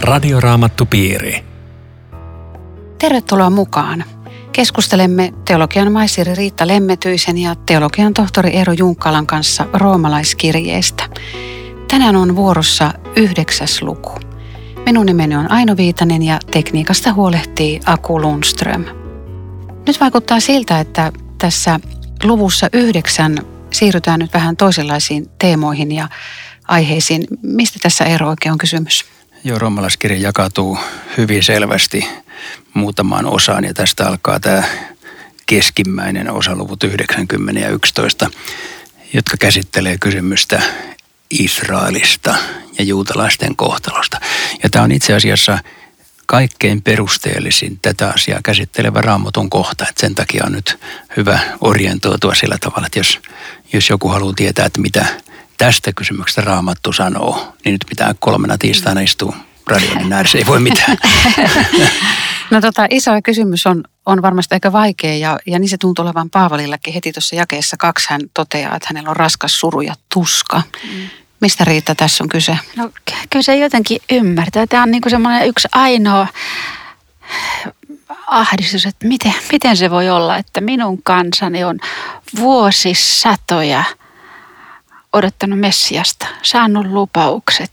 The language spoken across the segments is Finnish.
Radioraamattupiiri. Tervetuloa mukaan. Keskustelemme teologian maisteri Riitta Lemmetyisen ja teologian tohtori Eero Junkkalan kanssa roomalaiskirjeestä. Tänään on vuorossa 9. luku. Minun nimeni on Aino Viitanen ja tekniikasta huolehtii Aku Lundström. Nyt vaikuttaa siltä, että tässä luvussa 9 siirrytään nyt vähän toisenlaisiin teemoihin ja aiheisiin. Mistä tässä Eero oikein on kysymys? Joo, roomalaiskirja jakautuu hyvin selvästi muutamaan osaan ja tästä alkaa tämä keskimmäinen osa, luvut 90 ja 11, jotka käsittelee kysymystä Israelista ja juutalaisten kohtalosta. Ja tämä on itse asiassa kaikkein perusteellisin tätä asiaa käsittelevä Raamatun kohta. Että sen takia on nyt hyvä orientoitua sillä tavalla, että jos joku haluaa tietää, että mitä tästä kysymyksestä Raamattu sanoo, niin nyt pitää 3 tiistaina istua radionin ääressä, ei voi mitään. No iso kysymys on varmasti aika vaikea ja niin se tuntuu olevan Paavalillakin. Heti tuossa jakeessa 2 hän toteaa, että hänellä on raskas suru ja tuska. Mistä Riitta tässä on kyse? No kyllä se jotenkin ymmärtää. Tämä on niin kuin semmoinen yksi ainoa ahdistus, että miten se voi olla, että minun kansani on vuosisatoja odottanut Messiasta, saanut lupaukset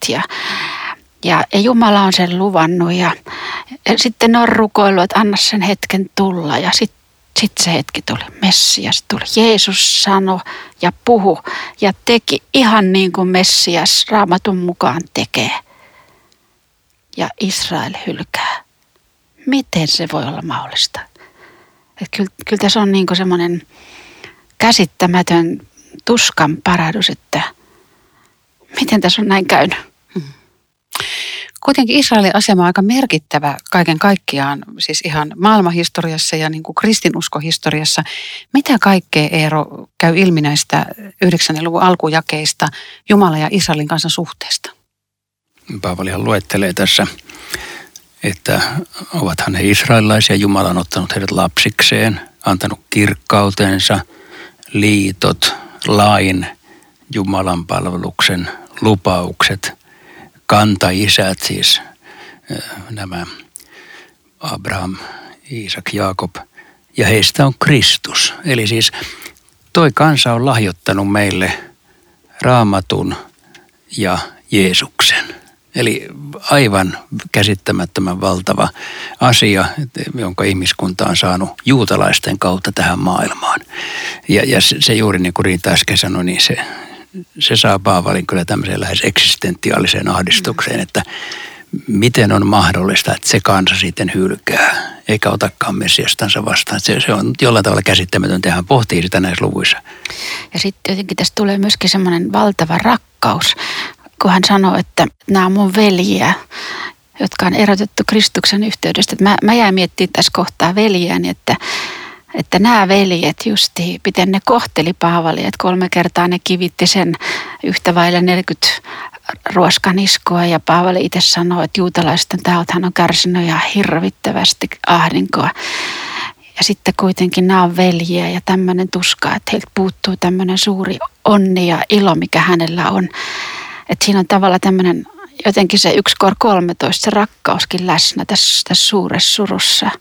ja Jumala on sen luvannut ja sitten ne on rukoillut, että anna sen hetken tulla ja sitten se hetki tuli, Messias tuli. Jeesus sanoi ja puhui ja teki ihan niin kuin Messias Raamatun mukaan tekee. Ja Israel hylkää. Miten se voi olla mahdollista? Kyllä tässä on niin kuin semmoinen käsittämätön tuskan parahdus, että miten tässä on näin käynyt. Kuitenkin Israelin asema on aika merkittävä kaiken kaikkiaan, siis ihan maailmanhistoriassa ja niin kuin kristinuskohistoriassa. Mitä kaikkea, Eero, käy ilmi näistä 9. luvun alkujakeista Jumalan ja Israelin kansan suhteesta? Paavalihan luettelee tässä, että ovathan he israelilaisia. Jumala on ottanut heidät lapsikseen, antanut kirkkautensa, liitot, lain, Jumalan palveluksen, lupaukset, kantaisät, siis nämä Abraham, Iisak, Jaakob, ja heistä on Kristus. Eli siis toi kansa on lahjoittanut meille Raamatun ja Jeesuksen. Eli aivan käsittämättömän valtava asia, jonka ihmiskunta on saanut juutalaisten kautta tähän maailmaan. Ja se juuri niin kuin Riita äsken sanoi, niin se saa Paavalin kyllä tämmöiseen lähes eksistentiaaliseen ahdistukseen, että miten on mahdollista, että se kansa sitten hylkää, eikä otakaan Messiastansa vastaan. Se on jollain tavalla käsittämätöntä ja hän pohtii sitä näissä luvuissa. Ja sitten jotenkin tästä tulee myöskin semmoinen valtava rakkaus, kun hän sanoo, että nämä on mun veljiä, jotka on erotettu Kristuksen yhteydestä. Mä jäin miettimään tässä kohtaa veljiäni, että nämä veljet justiin, miten ne kohteli Paavalia, että 3 kertaa ne kivitti sen yhtä vaille 40 ruoskaniskoa ja Paavali itse sanoi, että juutalaisten taholta hän on kärsinyt ihan hirvittävästi ahdinkoa. Ja sitten kuitenkin nämä on veljiä ja tämmöinen tuska, että heiltä puuttuu tämmöinen suuri onni ja ilo, mikä hänellä on. Että siinä on tavallaan tämmöinen jotenkin se 1:13, se rakkauskin läsnä tässä suuressa surussa.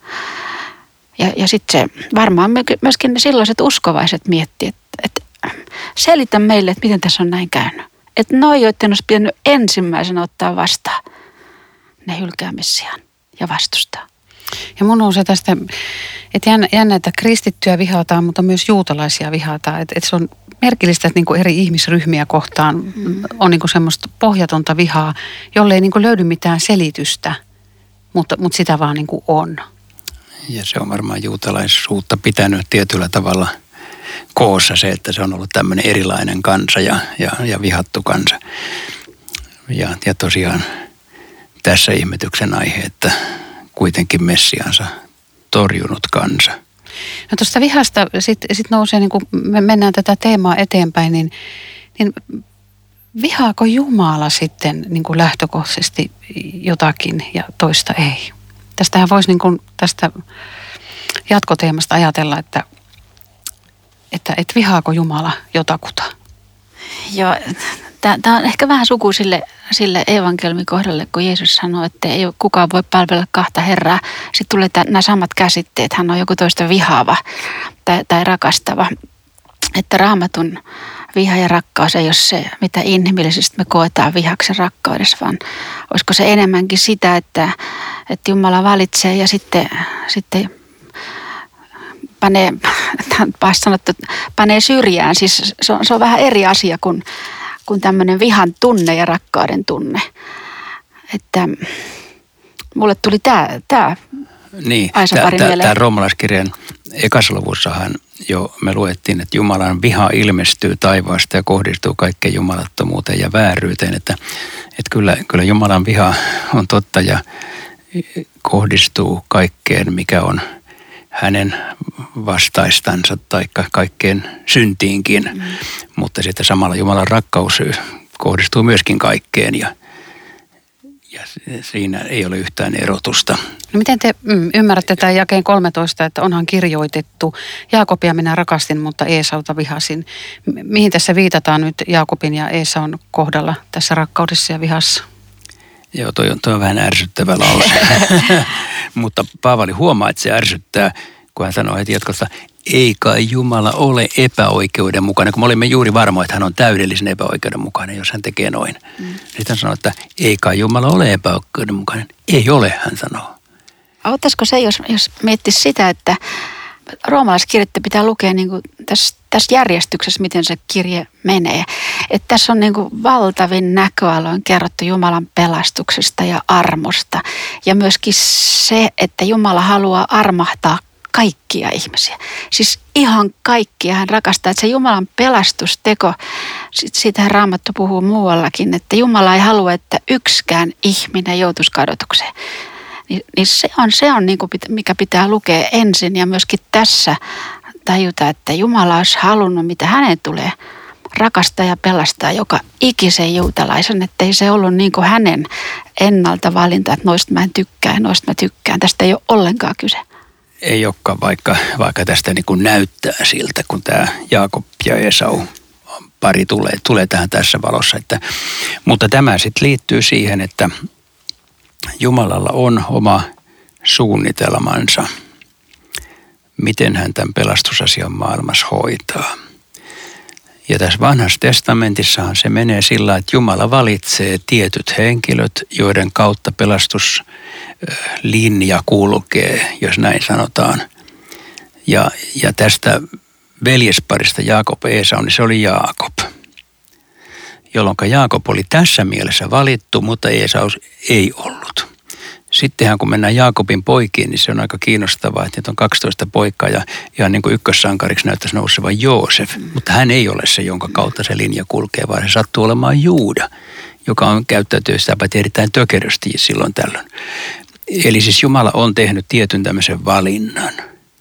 Ja sitten se varmaan myöskin ne silloiset uskovaiset miettii, että selitä meille, että miten tässä on näin käynyt. Että noi, joiden olisi pitänyt ensimmäisenä ottaa vastaan, ne hylkää Messiaan ja vastustaa. Ja mun nousee tästä, että jännä, että kristittyjä vihataan, mutta myös juutalaisia vihataan. Että se on merkillistä, että niinku eri ihmisryhmiä kohtaan on niinku semmoista pohjatonta vihaa, jolle ei niinku löydy mitään selitystä, mutta sitä vaan niinku on. Ja se on varmaan juutalaisuutta pitänyt tietyllä tavalla koossa se, että se on ollut tämmöinen erilainen kansa ja vihattu kansa. Ja tosiaan tässä ihmetyksen aihe, että kuitenkin Messiansa torjunut kansa. No tuosta vihasta sitten nousee, niin kun me mennään tätä teemaa eteenpäin, niin vihaako Jumala sitten niin kuin lähtökohtaisesti jotakin ja toista ei? Tästähän voisi niin kuin tästä jatkoteemasta ajatella, että vihaako Jumala jotakuta? Joo, Tämä on ehkä vähän suku sille evankeliumin kohdalle, kun Jeesus sanoo, että ei kukaan voi palvella kahta Herraa. Sitten tulee nämä samat käsitteet. Hän on joku toista vihaava tai rakastava. Että Raamatun viha ja rakkaus ei ole se, mitä inhimillisesti me koetaan vihaksi rakkaudessa, vaan olisiko se enemmänkin sitä, että Jumala valitsee ja sitten panee syrjään. Siis se on vähän eri asia kuin tämmöinen vihan tunne ja rakkauden tunne. Että mulle tuli tämä niin, Aisa-pari mieleen. Tämä roomalaiskirjan ekassa luvussahan jo me luettiin, että Jumalan viha ilmestyy taivaasta ja kohdistuu kaikkeen jumalattomuuteen ja vääryyteen. Että kyllä Jumalan viha on totta ja kohdistuu kaikkeen, mikä on hänen vastaistansa tai kaikkeen syntiinkin. Mutta sitten samalla Jumalan rakkaus kohdistuu myöskin kaikkeen ja siinä ei ole yhtään erotusta. No miten te ymmärrätte tämän jakeen 13, että onhan kirjoitettu, Jaakobia minä rakastin, mutta Eesauta vihasin. Mihin tässä viitataan nyt Jaakobin ja Eesaun kohdalla tässä rakkaudessa ja vihassa? Joo, toi on vähän ärsyttävä lause. Mutta Paavali huomaa, että se ärsyttää, kun hän sanoo heti jatkossa, ei kai Jumala ole epäoikeudenmukainen, kun me olimme juuri varmoja, että hän on täydellisen epäoikeudenmukainen, jos hän tekee noin. Sitten hän sanoo, että ei kai Jumala ole epäoikeudenmukainen. Ei ole, hän sanoo. Auttaisiko se, jos miettisi sitä, että roomalaiskirjettä pitää lukea niin kuin tässä järjestyksessä, miten se kirje menee. Että tässä on niin kuin valtavin näköaloin kerrottu Jumalan pelastuksesta ja armosta. Ja myöskin se, että Jumala haluaa armahtaa kaikkia ihmisiä. Siis ihan kaikkia hän rakastaa. Että se Jumalan pelastusteko, siitähän Raamattu puhuu muuallakin, että Jumala ei halua, että yksikään ihminen joutuisi kadotukseen. Niin se on niin kuin, mikä pitää lukea ensin ja myöskin tässä tajuta, että Jumala olisi halunnut, mitä hänen tulee rakastaa ja pelastaa joka ikisen juutalaisen, että ei se ollut niin kuin hänen ennalta valinta, että noista mä en tykkää ja noista mä tykkään. Tästä ei ole ollenkaan kyse. Ei olekaan, vaikka tästä niin kuin näyttää siltä, kun tämä Jaakob ja Esau pari tulee tähän tässä valossa. Mutta tämä sitten liittyy siihen, että Jumalalla on oma suunnitelmansa, miten hän tämän pelastusasian maailmassa hoitaa. Ja tässä vanhassa testamentissahan se menee sillä, että Jumala valitsee tietyt henkilöt, joiden kautta pelastuslinja kulkee, jos näin sanotaan. Ja tästä veljesparista Jaakob ja Esau, niin se oli Jaakob. Jolloin Jaakob oli tässä mielessä valittu, mutta Esau ei ollut. Sittenhän kun mennään Jaakobin poikiin, niin se on aika kiinnostavaa, että niitä on 12 poikaa ja ihan niin kuin ykkössankariksi näyttäisi nousevan Joosef. Mutta hän ei ole se, jonka kautta se linja kulkee, vaan se sattuu olemaan Juuda, joka on käyttäytynyt sitä erittäin tökerösti silloin tällöin. Eli siis Jumala on tehnyt tietyn tämmöisen valinnan.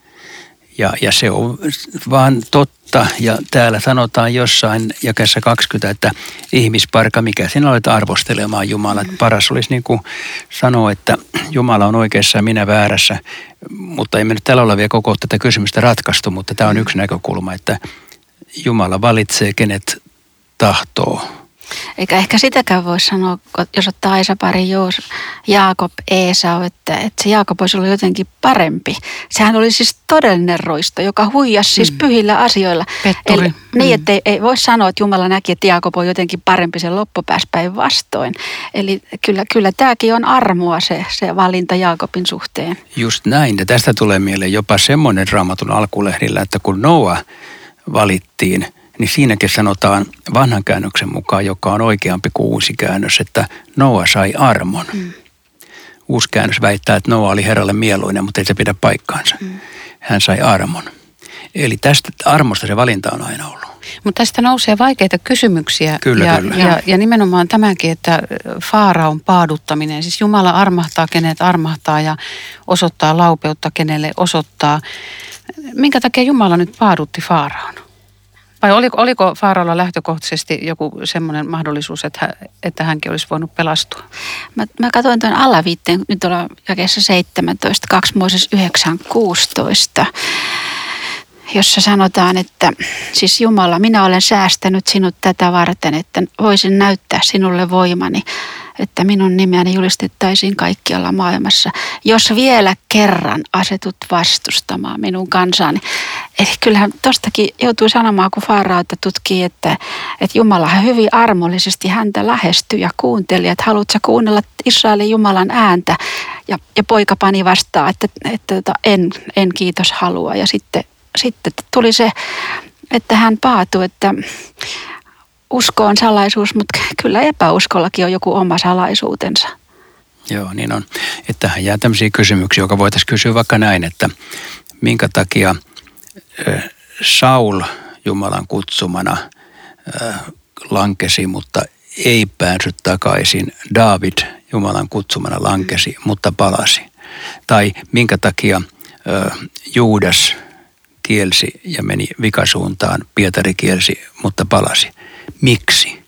Ja se on vaan totta. Ja täällä sanotaan jossain jakeessa 20, että ihmisparka, mikä sinä olet arvostelemaan Jumalaa. Paras olisi niin kuin sanoa, että Jumala on oikeassa ja minä väärässä. Mutta ei me nyt täällä olla vielä koko tätä kysymystä ratkaistu, mutta tämä on yksi näkökulma, että Jumala valitsee kenet tahtoo. Eikä ehkä sitäkään voi sanoa, jos ottaa Aisa-pari Jaakob, Eesau, että se Jaakob olisi ollut jotenkin parempi. Sehän oli siis todellinen roisto, joka huijasi siis pyhillä asioilla. Petturi. Niin, että ei voi sanoa, että Jumala näki, että Jaakob on jotenkin parempi sen loppupäässä päinvastoin. Eli kyllä tämäkin on armoa se valinta Jaakobin suhteen. Just näin, ja tästä tulee mieleen jopa semmoinen Raamatun alkulehdillä, että kun Noa valittiin, niin siinäkin sanotaan vanhan käännöksen mukaan, joka on oikeampi kuin uusi käännös, että Noa sai armon. Uusi käännös väittää, että Noa oli Herralle mieluinen, mutta ei se pidä paikkaansa. Hän sai armon. Eli tästä armosta se valinta on aina ollut. Mutta tästä nousee vaikeita kysymyksiä. Kyllä. Ja nimenomaan tämänkin, että Faaraon paaduttaminen, siis Jumala armahtaa kenet armahtaa ja osoittaa laupeutta kenelle osoittaa. Minkä takia Jumala nyt paadutti Faaraon? Vai oliko Faaraolla lähtökohtaisesti joku semmoinen mahdollisuus, että hänkin olisi voinut pelastua? Mä katsoin tuon alaviitteen, nyt ollaan jakeessa 17, 2 Mooses 9:16. jossa sanotaan, että siis Jumala, minä olen säästänyt sinut tätä varten, että voisin näyttää sinulle voimani, että minun nimeäni julistettaisiin kaikkialla maailmassa, jos vielä kerran asetut vastustamaan minun kansaani. Eli kyllähän tostakin joutuu sanomaan, kun Faaraota tutkii, että Jumala hyvin armollisesti häntä lähestyi ja kuunteli, että haluatko kuunnella Israelin Jumalan ääntä? Ja poika pani vastaan, että en kiitos halua. Ja sitten tuli se, että hän paatui, että usko on salaisuus, mutta kyllä epäuskollakin on joku oma salaisuutensa. Joo, niin on. Että tähän jää tämmöisiä kysymyksiä, joka voitaisiin kysyä vaikka näin, että minkä takia Saul Jumalan kutsumana lankesi, mutta ei päässyt takaisin. Daavid Jumalan kutsumana lankesi, mutta palasi. Tai minkä takia Juudas kielsi ja meni vikasuuntaan, Pietari kielsi, mutta palasi. Miksi?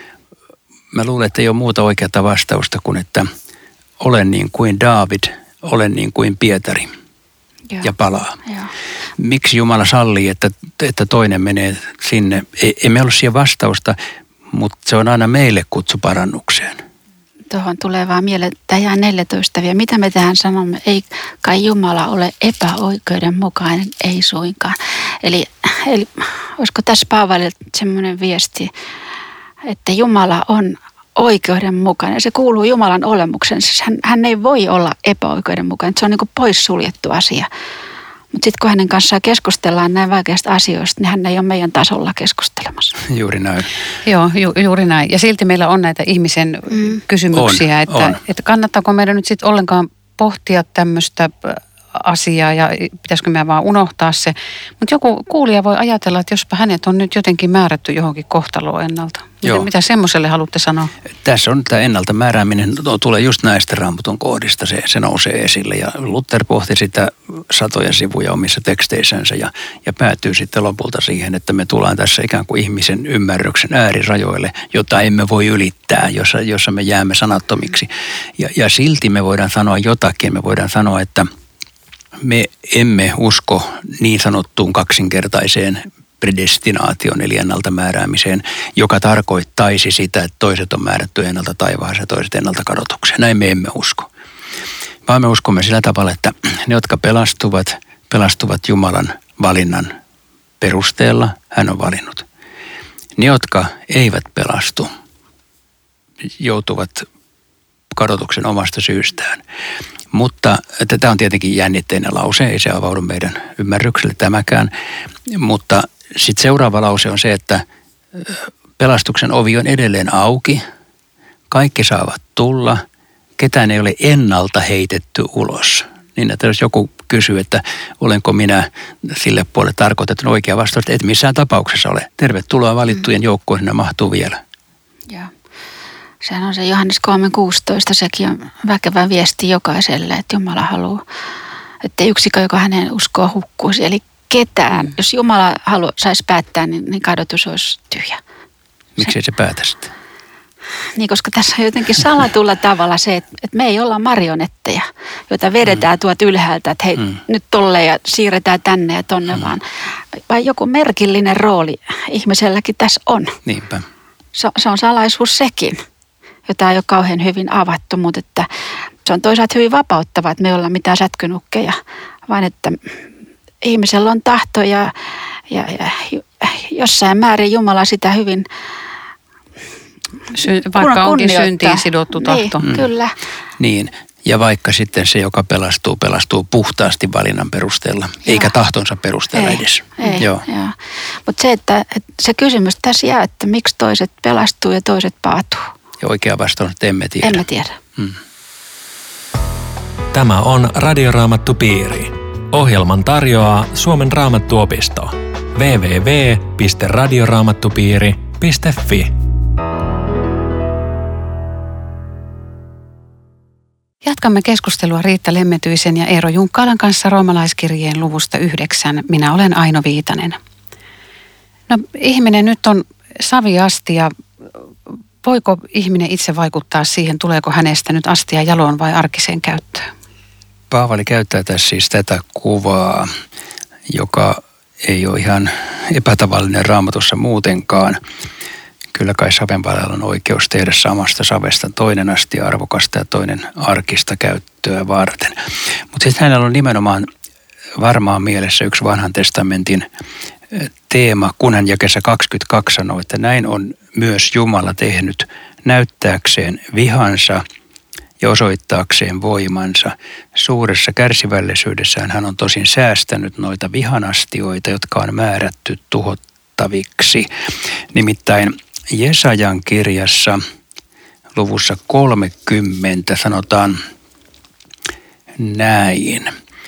Mä luulen, että ei ole muuta oikeaa vastausta kuin, että olen niin kuin Daavid, olen niin kuin Pietari ja palaa. Joo. Miksi Jumala sallii, että toinen menee sinne? Emme ole siihen vastausta, mutta se on aina meille kutsu parannukseen. Tuohon tulee vaan mieleen, että jää 14 vielä. Mitä me tähän sanomme? Ei kai Jumala ole epäoikeudenmukainen, ei suinkaan. Eli olisiko tässä Paavalilta semmoinen viesti, että Jumala on oikeudenmukainen. Se kuuluu Jumalan olemukseen. Siis hän ei voi olla epäoikeudenmukainen. Se on niin kuin poissuljettu asia. Mutta sitten kun hänen kanssaan keskustellaan näin vaikeista asioista, niin hän ei ole meidän tasolla keskustelemassa. Juuri näin. Joo, juuri näin. Ja silti meillä on näitä ihmisen kysymyksiä, että kannattaako meidän nyt sitten ollenkaan pohtia tämmöistä asiaa ja pitäisikö me vaan unohtaa se. Mutta joku kuulija voi ajatella, että jospa hänet on nyt jotenkin määrätty johonkin kohtaloon ennalta. Mitä semmoiselle haluatte sanoa? Tässä on tämä ennalta määrääminen, tulee just näistä Raamatun kohdista, se nousee esille. Ja Luther pohti sitä satoja sivuja omissa teksteissänsä ja päätyy sitten lopulta siihen, että me tullaan tässä ikään kuin ihmisen ymmärryksen äärirajoille, jota emme voi ylittää, jossa me jäämme sanattomiksi. Ja silti me voidaan sanoa jotakin, me voidaan sanoa, että me emme usko niin sanottuun kaksinkertaiseen predestinaation eli ennalta määräämiseen, joka tarkoittaisi sitä, että toiset on määrätty ennalta taivaaseen ja toiset ennalta kadotukseen. Näin me emme usko. Vaan me uskomme sillä tavalla, että ne, jotka pelastuvat Jumalan valinnan perusteella, hän on valinnut. Ne, jotka eivät pelastu, joutuvat kadotuksen omasta syystään. Mutta tämä on tietenkin jännitteinen lause, ei se avaudu meidän ymmärrykselle tämäkään. Mutta sitten seuraava lause on se, että pelastuksen ovi on edelleen auki, kaikki saavat tulla, ketään ei ole ennalta heitetty ulos. Niin että jos joku kysyy, että olenko minä sille puolelle tarkoitettu oikea vastaus, että et missään tapauksessa ole. Tervetuloa valittujen joukkoon, sinne mahtuu vielä. Joo. Sehän on se Johannes 3.16, sekin on väkevä viesti jokaiselle, että Jumala haluaa, että yksikö, joka hänen uskoa hukkuisi. Eli ketään, jos Jumala saisi päättää, niin kadotus olisi tyhjä. Miksi ei se päätä sitä? Niin, koska tässä on jotenkin salatulla tavalla se, että me ei olla marionetteja, joita vedetään tuolta ylhäältä, että hei, nyt tolleen ja siirretään tänne ja tonne, vaan joku merkillinen rooli ihmiselläkin tässä on. Niinpä. Se on salaisuus sekin, jota ei ole kauhean hyvin avattu, mutta että se on toisaalta hyvin vapauttava, että me ei olla mitään sätkynukkeja, vaan että ihmisellä on tahto ja jossain määrin Jumala sitä hyvin vaikka onkin syntiin sidottu tahto. Niin, kyllä. Niin, ja vaikka sitten se, joka pelastuu puhtaasti valinnan perusteella, eikä tahtonsa perusteella edes. Joo. Mutta se, että se kysymys tässä jää, että miksi toiset pelastuu ja toiset paatuu. Ja oikea vastaus, että emme tiedä. Emme tiedä. Tämä on Radioraamattupiiri. Ohjelman tarjoaa Suomen Raamattuopisto. www.radioraamattupiiri.fi. Jatkamme keskustelua Riitta Lemmetyisen ja Eero Junkkalan kanssa roomalaiskirjeen luvusta 9. Minä olen Aino Viitanen. No, ihminen nyt on saviastia. Voiko ihminen itse vaikuttaa siihen, tuleeko hänestä nyt astia jaloon vai arkiseen käyttöön? Paavali käyttää tässä siis tätä kuvaa, joka ei ole ihan epätavallinen Raamatussa muutenkaan. Kyllä kai savenvalajalla on oikeus tehdä samasta savesta toinen astia arvokasta ja toinen arkista käyttöä varten. Mutta sitten hänellä on nimenomaan varmaan mielessä yksi vanhan testamentin teema, kun hän jakeessa 22 sanoo, että näin on myös Jumala tehnyt näyttääkseen vihansa ja osoittaakseen voimansa. Suuressa kärsivällisyydessään hän on tosin säästänyt noita vihanastioita, jotka on määrätty tuhottaviksi. Nimittäin Jesajan kirjassa luvussa 30 sanotaan näin,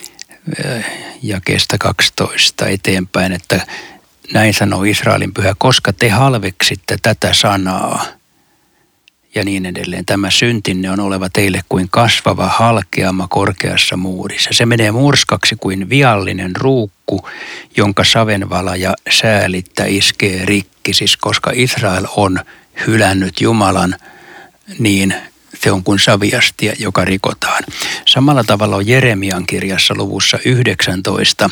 jakeesta 12 eteenpäin, että näin sanoo Israelin pyhä, koska te halveksitte tätä sanaa ja niin edelleen. Tämä syntinne on oleva teille kuin kasvava halkeama korkeassa muurissa. Se menee murskaksi kuin viallinen ruukku, jonka savenvalaja säälittä iskee rikki. Siis koska Israel on hylännyt Jumalan, niin se on kuin saviastia, joka rikotaan. Samalla tavalla on Jeremian kirjassa luvussa 19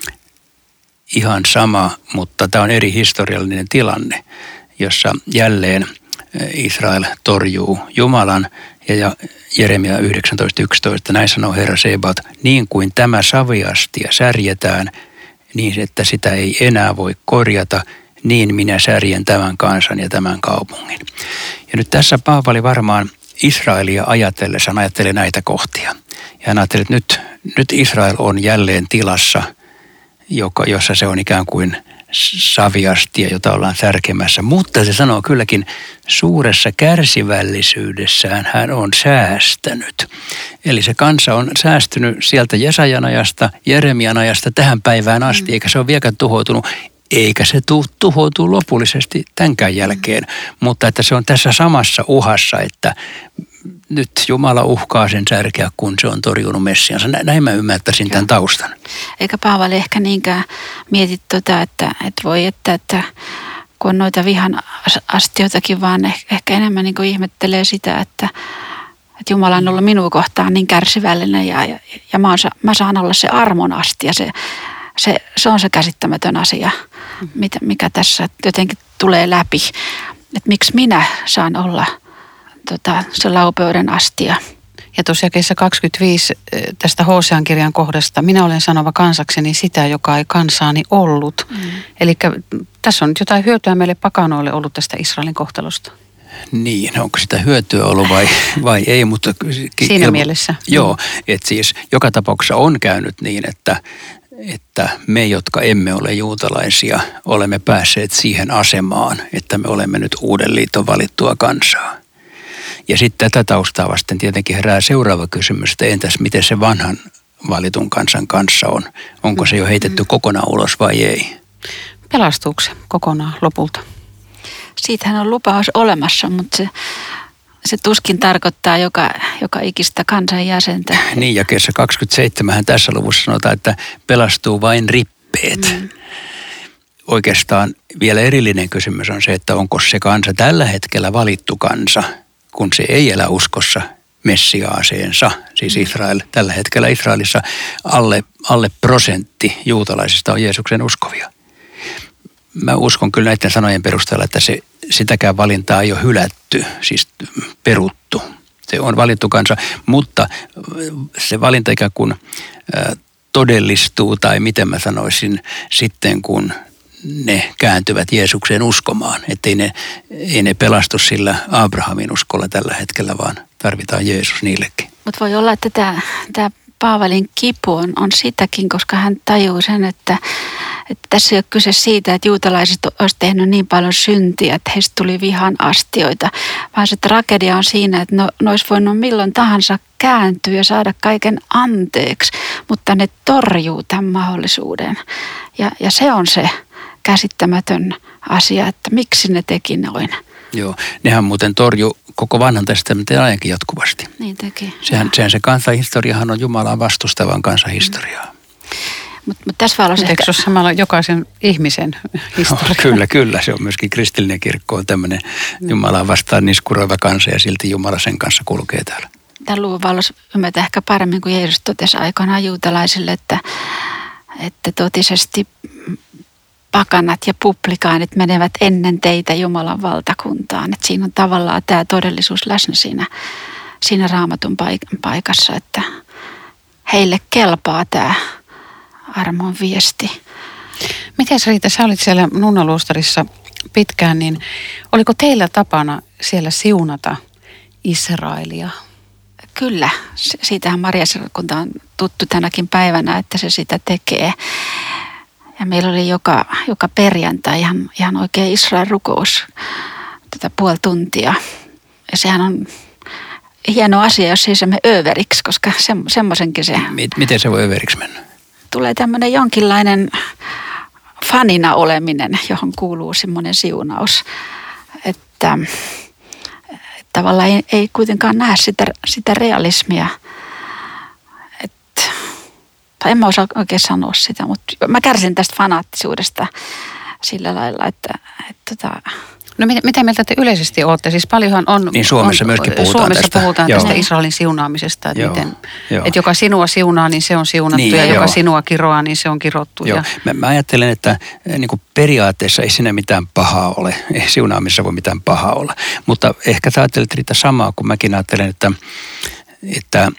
ihan sama, mutta tämä on eri historiallinen tilanne, jossa jälleen Israel torjuu Jumalan ja Jeremia 19.11. Näin sanoo Herra Sebaot, niin kuin tämä saviastia särjetään niin, että sitä ei enää voi korjata, niin minä särjen tämän kansan ja tämän kaupungin. Ja nyt tässä Paavali varmaan Israelia ajatellessaan ajattelee näitä kohtia. Ja hän ajattelee, että nyt Israel on jälleen tilassa, jossa se on ikään kuin saviastia, jota ollaan särkemässä. Mutta se sanoo kylläkin, suuressa kärsivällisyydessään hän on säästänyt. Eli se kansa on säästynyt sieltä Jesajan ajasta, Jeremian ajasta tähän päivään asti, eikä se ole vieläkään tuhoutunut. Eikä se tuhoutuu lopullisesti tämänkään jälkeen, mutta että se on tässä samassa uhassa, että nyt Jumala uhkaa sen särkeä, kun se on torjunut Messiansa. Näin mä ymmärtäisin tämän taustan. Eikä Paavali ehkä niinkään mieti että voi, että kun on noita vihan astioitakin, vaan ehkä enemmän niin kuin ihmettelee sitä, että Jumala on ollut minua kohtaan niin kärsivällinen ja mä saan olla se armon astia, se on se käsittämätön asia, mikä tässä jotenkin tulee läpi. Että miksi minä saan olla se laupeuden astia. Ja tuossa jakeessa 25 tästä Hosean kirjan kohdasta, minä olen sanova kansakseni sitä, joka ei kansaani ollut. Eli tässä on nyt jotain hyötyä meille pakanoille ollut tästä Israelin kohtalosta. Niin, onko sitä hyötyä ollut vai ei, mutta siinä mielessä. Joo, että siis joka tapauksessa on käynyt niin, että me, jotka emme ole juutalaisia, olemme päässeet siihen asemaan, että me olemme nyt uuden liiton valittua kansaa. Ja sitten tätä taustaa vasten tietenkin herää seuraava kysymys, että entäs miten se vanhan valitun kansan kanssa on? Onko se jo heitetty kokonaan ulos vai ei? Pelastuuko se kokonaan lopulta? Siitähän on lupaus olemassa, mutta se tuskin tarkoittaa joka ikistä kansan jäsentä. Niin, jakeessa 27 tässä luvussa sanotaan, että pelastuu vain rippeet. Oikeastaan vielä erillinen kysymys on se, että onko se kansa tällä hetkellä valittu kansa, kun se ei elä uskossa Messiaaseensa, siis Israel. Tällä hetkellä Israelissa alle prosentti juutalaisista on Jeesuksen uskovia. Mä uskon kyllä näiden sanojen perusteella, että sitäkään valintaa ei ole hylätty, siis peruttu. Se on valittu kansa, mutta se valinta ikään kuin todellistuu, tai miten mä sanoisin, sitten kun ne kääntyvät Jeesukseen uskomaan. Että ei ne pelastu sillä Abrahamin uskolla tällä hetkellä, vaan tarvitaan Jeesus niillekin. Mutta voi olla, että tämä Paavalin kipu on sitäkin, koska hän tajuu sen, että tässä ei ole kyse siitä, että juutalaiset olisi tehnyt niin paljon syntiä, että heistä tuli vihan astioita, vaan se tragedia on siinä, että ne olisi voinut milloin tahansa kääntyä ja saada kaiken anteeksi, mutta ne torjuu tämän mahdollisuuden. Ja se on se käsittämätön asia, että miksi ne teki noin. Joo, nehän muuten torjuu koko vanhan testamentin ajankin jatkuvasti. Niin teki. Sehän se kansanhistoriahan on Jumalaa vastustavan kansanhistoriaa. Mutta tässä valossa eikö se ole samalla jokaisen ihmisen historia? No, kyllä. Se on myöskin kristillinen kirkko on tämmöinen Jumalaa vastaan niskuroiva kansa ja silti Jumala sen kanssa kulkee täällä. Tämän luvun valossa ymmärtää ehkä paremmin kuin Jeesus totesi aikanaan juutalaisille, että totisesti pakanat ja publikaanit menevät ennen teitä Jumalan valtakuntaan. Et siinä on tavallaan tämä todellisuus läsnä siinä Raamatun paikassa, että heille kelpaa tämä armon viesti. Miten Riitta, sä olit siellä Nunnaluostarissa pitkään, niin oliko teillä tapana siellä siunata Israelia? Kyllä, siitähän Maria-seurakunta on tuttu tänäkin päivänä, että se sitä tekee. Ja meillä oli joka perjantai ihan oikein Israel-rukous puoli tuntia. Ja sehän on hieno asia, jos ei se mene överiksi, koska semmoisenkin se... Miten se voi överiksi mennä? Tulee tämmöinen jonkinlainen fanina oleminen, johon kuuluu semmoinen siunaus, että tavallaan ei kuitenkaan näe sitä realismia. Tai en mä osaa oikein sanoa sitä, mutta mä kärsin tästä fanaattisuudesta sillä lailla, että No mitä mieltä te yleisesti olette? Siis paljonhan on... Niin Suomessa myöskin puhutaan Suomessa tästä. puhutaan tästä Israelin siunaamisesta, että, että joka sinua siunaa, niin se on siunattu, niin, ja joka sinua kiroaa, niin se on kirottu. Joo. Mä ajattelen, että niin kuin periaatteessa ei siinä mitään pahaa ole. Ei siunaamisessa voi mitään pahaa olla. Mutta ehkä sä ajattelet Riitta samaa, kun mäkin ajattelen, että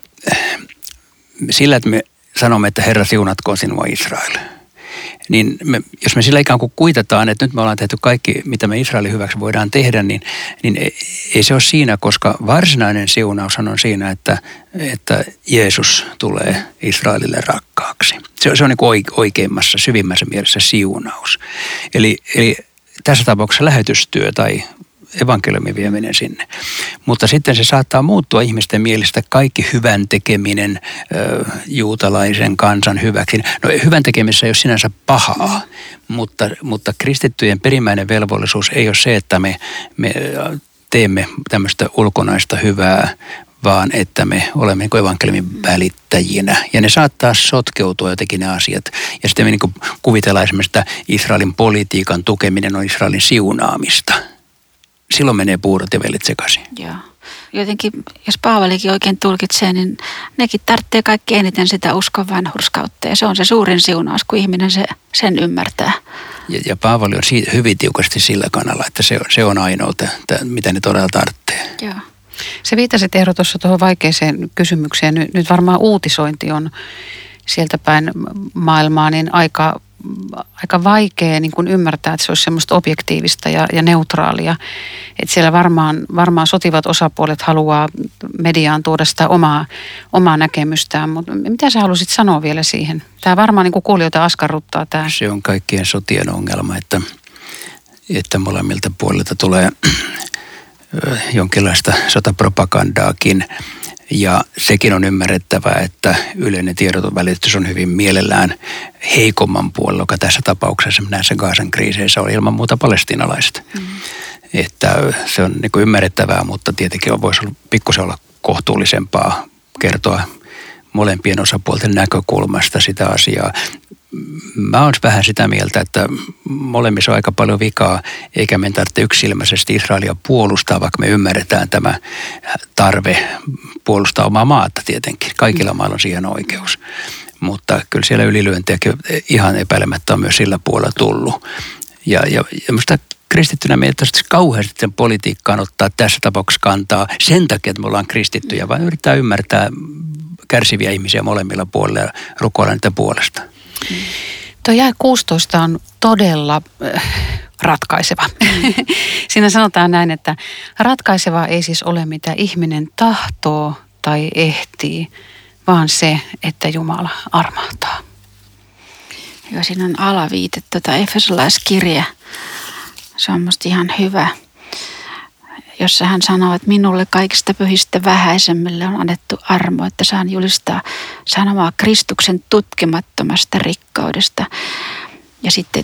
sillä, että me sanomme, että Herra siunatkoon sinua Israel. Niin jos me sillä ikään kuin kuitataan, että nyt me ollaan tehty kaikki, mitä me Israelin hyväksi voidaan tehdä, niin ei se ole siinä, koska varsinainen siunaus on siinä, että Jeesus tulee Israelille rakkaaksi. Se on niin kuin oikeimmassa, syvimmässä mielessä siunaus. Eli tässä tapauksessa lähetystyö tai evankeliumin vieminen sinne. Mutta sitten se saattaa muuttua ihmisten mielestä kaikki hyvän tekeminen juutalaisen kansan hyväksi. No hyvän tekemisessä ei ole sinänsä pahaa, mutta kristittyjen perimmäinen velvollisuus ei ole se, että me teemme tämmöistä ulkonaista hyvää, vaan että me olemme niin kuin evankeliumin välittäjinä. Ja ne saattaa sotkeutua jotenkin ne asiat. Ja sitten me niin kuin kuvitellaan esimerkiksi, että Israelin politiikan tukeminen on Israelin siunaamista. Silloin menee puurot ja vellit sekaisin. Joo. Jotenkin, jos Paavalikin oikein tulkitsee, niin nekin tarvitsee kaikki eniten sitä uskon vanhurskautta. Ja se on se suurin siunaus, kun ihminen sen ymmärtää. Ja Paavali on siitä hyvin tiukasti sillä kannalla, että se on ainoa, mitä ne todella tarvitsee. Joo. Se viitasit Eero tuossa tuohon vaikeaseen kysymykseen. Nyt varmaan uutisointi on sieltä päin maailmaa niin aika vaikea niin kuin ymmärtää, että se olisi semmoista objektiivista ja neutraalia. Että siellä varmaan sotivat osapuolet haluaa mediaan tuoda sitä omaa näkemystään. Mutta mitä sä halusit sanoa vielä siihen? Tämä varmaan niin kuin kuulijoita askarruttaa tämä. Se on kaikkien sotien ongelma, että molemmilta puolilta tulee jonkinlaista sotapropagandaakin. Ja sekin on ymmärrettävää, että yleinen tiedotonvälitys on hyvin mielellään heikomman puolella, joka tässä tapauksessa näissä Gazan kriiseissä on ilman muuta palestiinalaiset. Että se on niin kuin ymmärrettävää, mutta tietenkin voisi pikkusen olla kohtuullisempaa kertoa molempien osapuolten näkökulmasta sitä asiaa. Mä oon vähän sitä mieltä, että molemmissa on aika paljon vikaa, eikä me tarvitse yksilmäisesti Israelia puolustaa, vaikka me ymmärretään tämä tarve puolustaa omaa maata tietenkin. Kaikilla mailla on siihen oikeus. Mutta kyllä siellä ylilyöntiäkin ihan epäilemättä on myös sillä puolella tullut. Ja minusta kristittynä me ei kauheasti sen politiikkaan ottaa tässä tapauksessa kantaa sen takia, että me ollaan kristittyjä, vaan yrittää ymmärtää kärsiviä ihmisiä molemmilla puolilla ja rukoilla niiden puolesta. Tuo jae 16 on todella ratkaiseva. Siinä sanotaan näin, että ratkaisevaa ei siis ole mitä ihminen tahtoo tai ehtii, vaan se, että Jumala armahtaa. Joo, siinä on alaviite Efesolaiskirja. Se on musta ihan hyvä, jossa hän sanoo, että minulle kaikista pyhistä vähäisemmille on annettu armo, että saan julistaa sanomaa Kristuksen tutkimattomasta rikkaudesta. Ja sitten,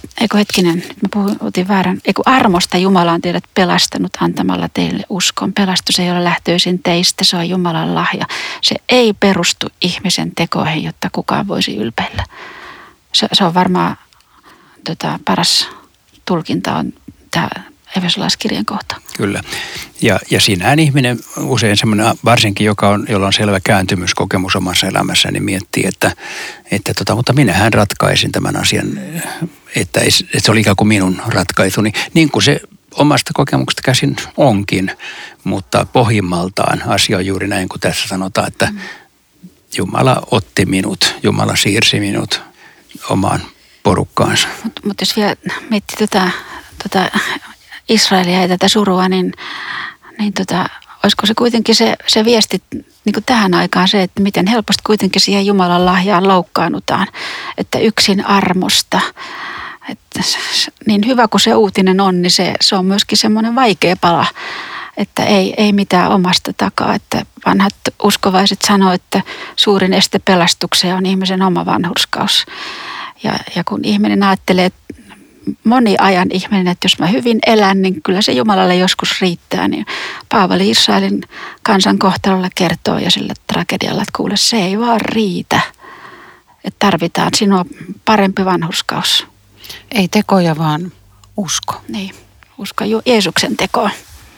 otin väärän, armosta Jumala on teidät pelastanut antamalla teille uskon. Pelastus ei ole lähtöisin teistä, se on Jumalan lahja. Se ei perustu ihmisen tekoihin, jotta kukaan voisi ylpeillä. Se on varmaan paras tulkinta on tämä Efesolaiskirjan kohta. Kyllä. Ja siinähän ihminen usein semmoinen, varsinkin jolla on selvä kääntymyskokemus omassa elämässä, niin miettii, mutta minähän ratkaisin tämän asian, että se oli ikään kuin minun ratkaisuni. Niin kuin se omasta kokemuksesta käsin onkin, mutta pohjimmaltaan asia on juuri näin kuin tässä sanotaan, että Jumala otti minut, Jumala siirsi minut omaan porukkaansa. Mutta jos vielä miettii Israelia ja tätä surua, niin olisiko se kuitenkin se viesti niin kuin tähän aikaan se, että miten helposti kuitenkin siihen Jumalan lahjaan loukkaannutaan, että yksin armosta. Että niin hyvä kuin se uutinen on, niin se on myöskin semmoinen vaikea pala, että ei mitään omasta takaa. Että vanhat uskovaiset sanoo, että suurin este pelastukseen on ihmisen oma vanhurskaus. Ja kun ihminen ajattelee, moni ajan ihminen, että jos mä hyvin elän, niin kyllä se Jumalalle joskus riittää. Niin Paavali Israelin kansan kohtalolla kertoo ja sillä tragedialla, että kuule, se ei vaan riitä. Että tarvitaan sinua parempi vanhurskaus. Ei tekoja, vaan usko. Niin, usko Jeesuksen tekoa.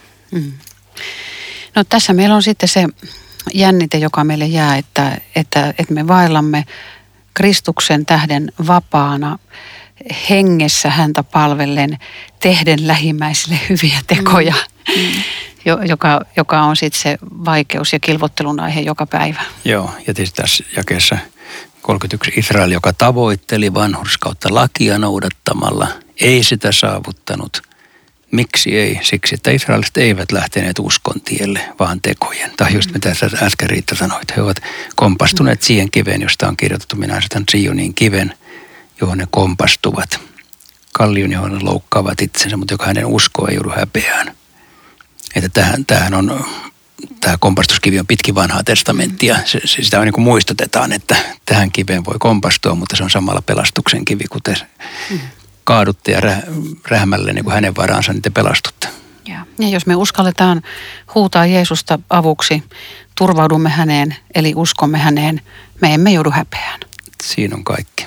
No tässä meillä on sitten se jännite, joka meille jää, että me vaellamme Kristuksen tähden vapaana hengessä häntä palvellen, tehden lähimmäisille hyviä tekoja, joka on sitten se vaikeus ja kilvottelun aihe joka päivä. Joo, ja tietysti tässä jakeessa 31 Israel, joka tavoitteli vanhurskautta lakia noudattamalla, ei sitä saavuttanut. Miksi ei? Siksi, että israeliset eivät lähteneet uskon tielle, vaan tekojen. Tai just mitä äsken Riitta sanoit, he ovat kompastuneet siihen kiveen, josta on kirjoitettu, minä asetan Sionin kiven, johon ne kompastuvat. Kallion, johon ne loukkaavat itsensä, mutta joka hänen uskoa ei joudu häpeään. Että tämä kompastuskivi on pitkin vanhaa testamenttia. Sitä niin kuin muistutetaan, että tähän kiveen voi kompastua, mutta se on samalla pelastuksen kivi, kuten kaadutte ja rähmälle niin kuin hänen varaansa, niin te pelastutte. Ja jos me uskalletaan huutaa Jeesusta avuksi, turvaudumme häneen, eli uskomme häneen, me emme joudu häpeään. Siinä on kaikki.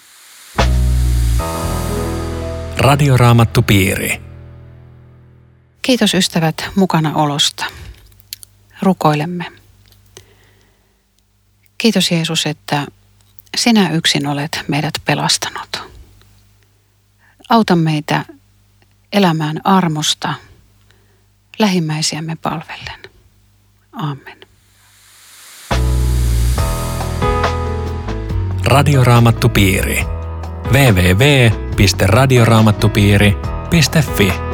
Radioraamattupiiri. Kiitos ystävät mukana olosta. Rukoilemme. Kiitos Jeesus, että sinä yksin olet meidät pelastanut. Auta meitä elämään armosta lähimmäisiämme palvellen. Aamen. Radioraamattupiiri. www.radioraamattupiiri.fi